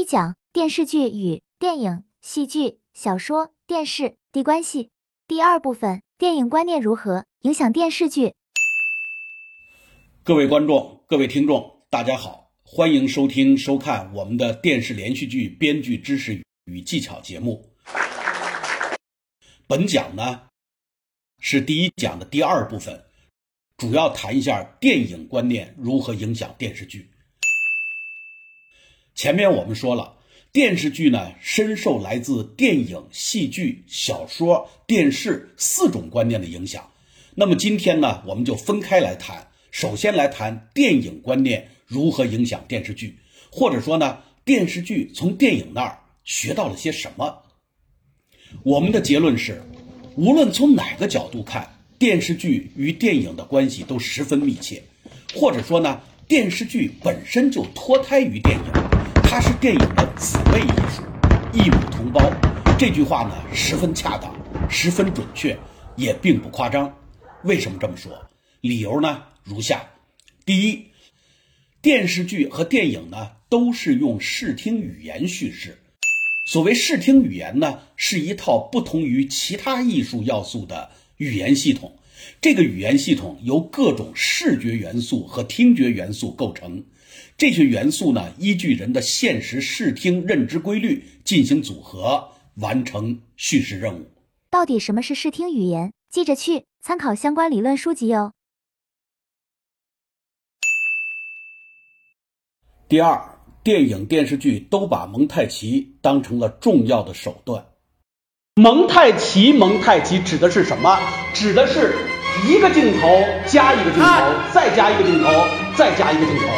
讲电视剧与电影、戏剧、小说、电视的关系。第二部分，电影观念如何影响电视剧。 各位观众、各位听众，大家好，欢迎收听收看我们的电视连续剧编剧知识与技巧节目。本讲呢是第一讲的第二部分，主要谈一下电影观念如何影响电视剧。前面我们说了，电视剧呢深受来自电影、戏剧、小说、电视4种观念的影响。那么今天呢，我们就分开来谈，首先来谈电影观念如何影响电视剧，或者说呢，电视剧从电影那儿学到了些什么。我们的结论是，无论从哪个角度看，电视剧与电影的关系都十分密切，或者说呢，电视剧本身就脱胎于电影，它是电影的子辈艺术，异母同胞。这句话呢十分恰当，十分准确，也并不夸张。为什么这么说？理由呢如下：第一，电视剧和电影呢都是用视听语言叙事。所谓视听语言呢，是一套不同于其他艺术要素的语言系统。这个语言系统由各种视觉元素和听觉元素构成，这些元素呢，依据人的现实视听认知规律进行组合，完成叙事任务。 到底什么是视听语言？记着去参考相关理论书籍哦。 第二，电影、电视剧都把蒙太奇当成了重要的手段。蒙太奇指的是什么？指的是一个镜头加一个镜头，再加一个镜头，再加一个镜头。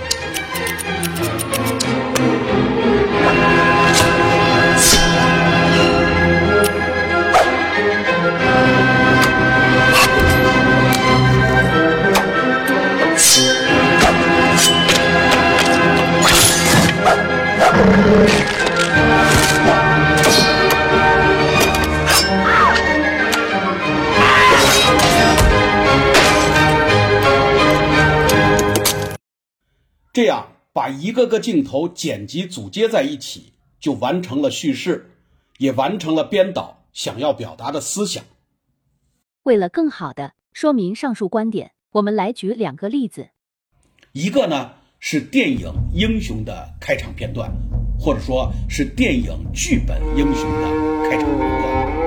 这样把一个个镜头剪辑组接在一起，就完成了叙事，也完成了编导想要表达的思想。 为了更好地说明上述观点，我们来举2个例子。 一个呢是电影《英雄》的开场片段，或者说是电影剧本《英雄》的开场片段。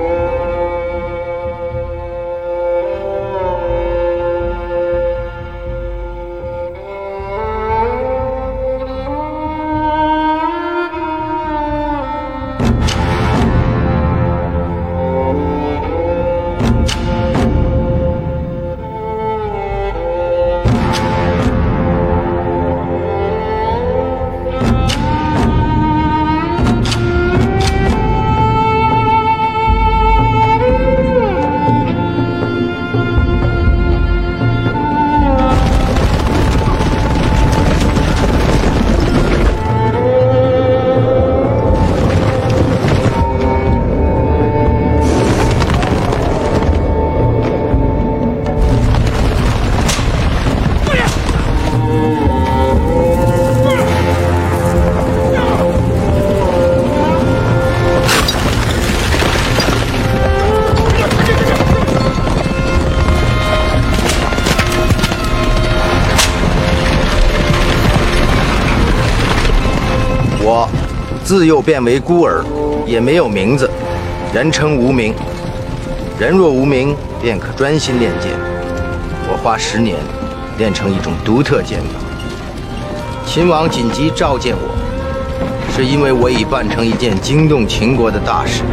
我自幼变为孤儿，也没有名字，人称无名。人若无名，便可专心练剑。我花10年练成一种独特剑法。秦王紧急召见我，是因为我已办成一件惊动秦国的大事。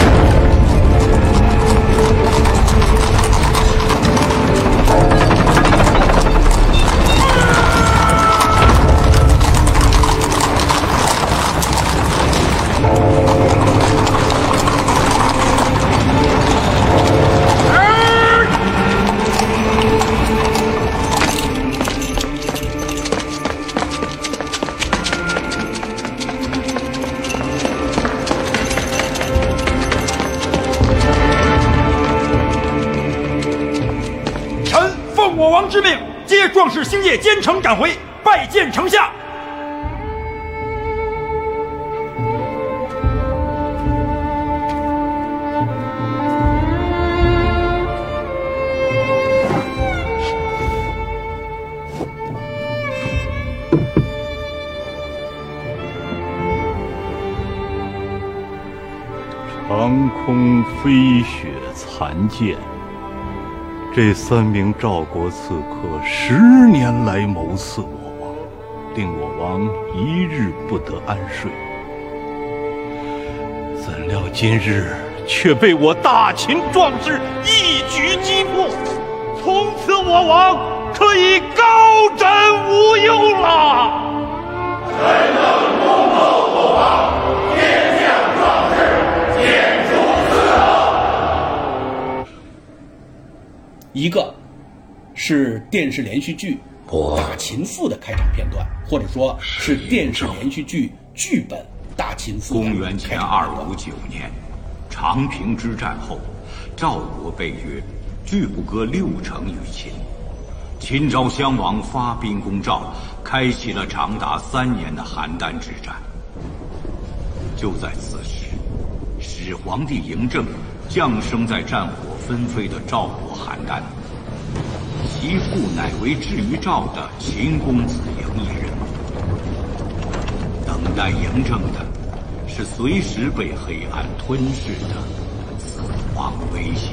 我王之命，接壮士星夜兼程赶回，拜见丞相。 长空飞雪残剑，这3名赵国刺客10年来谋刺我王，令我王一日不得安睡。怎料今日却被我大秦壮士一举击破，从此我王可以高枕无忧了。 臣等恭候我王，天降壮士，简出伺候。 一个是电视连续剧《大秦赋》的开场片段，或者说是电视连续剧剧本《大秦赋》。 公元前259年，长平之战后，赵国被约，拒不割6城于秦。秦昭襄王发兵攻赵，开启了长达3年的邯郸之战。就在此时，始皇帝嬴政降生在战火纷飞的赵国邯郸，其父乃为至于赵的秦公子嬴一人。等待嬴政的是随时被黑暗吞噬的死亡威胁。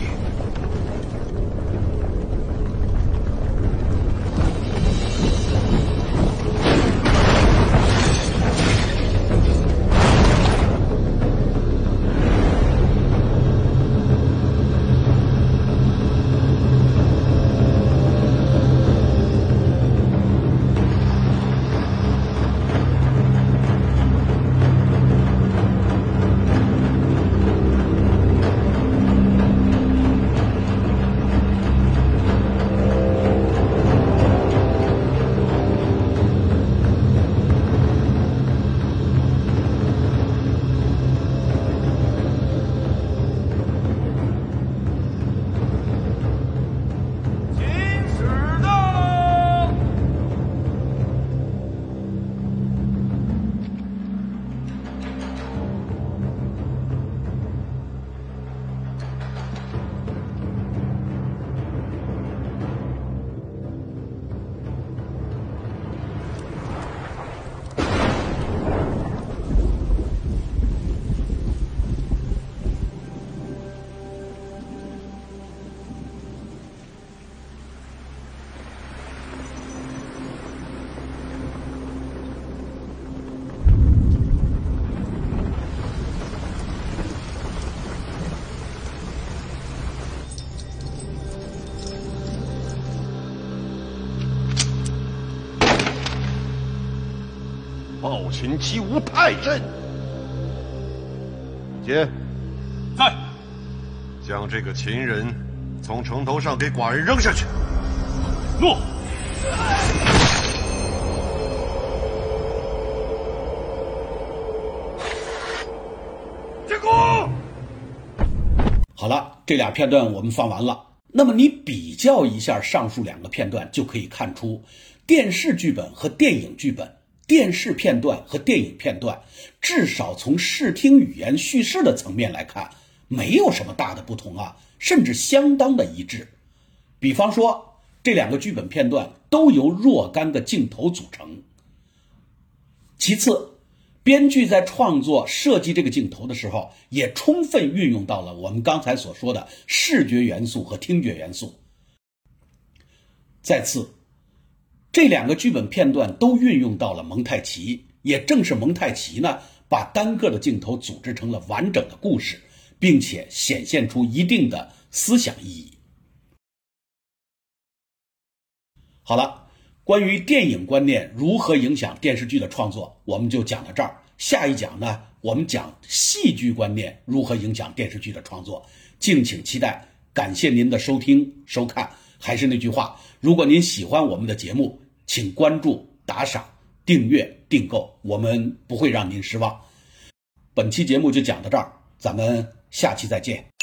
暴秦击吴太甚。接， 在。 将这个秦人从城头上给寡人扔下去。 诺。进攻。 好了，这俩片段我们放完了。那么你比较一下上述2个片段，就可以看出电视剧本和电影剧本，电视片段和电影片段，至少从视听语言叙事的层面来看，没有什么大的不同啊，甚至相当的一致。比方说，这2个剧本片段都由若干个镜头组成。其次，编剧在创作设计这个镜头的时候，也充分运用到了我们刚才所说的视觉元素和听觉元素。再次，这2个剧本片段都运用到了蒙太奇，也正是蒙太奇呢，把单个的镜头组织成了完整的故事，并且显现出一定的思想意义。好了，关于电影观念如何影响电视剧的创作，我们就讲到这儿。下一讲呢，我们讲戏剧观念如何影响电视剧的创作，敬请期待。感谢您的收听收看。还是那句话，如果您喜欢我们的节目，请关注、打赏、订阅、订购，我们不会让您失望。本期节目就讲到这儿，咱们下期再见。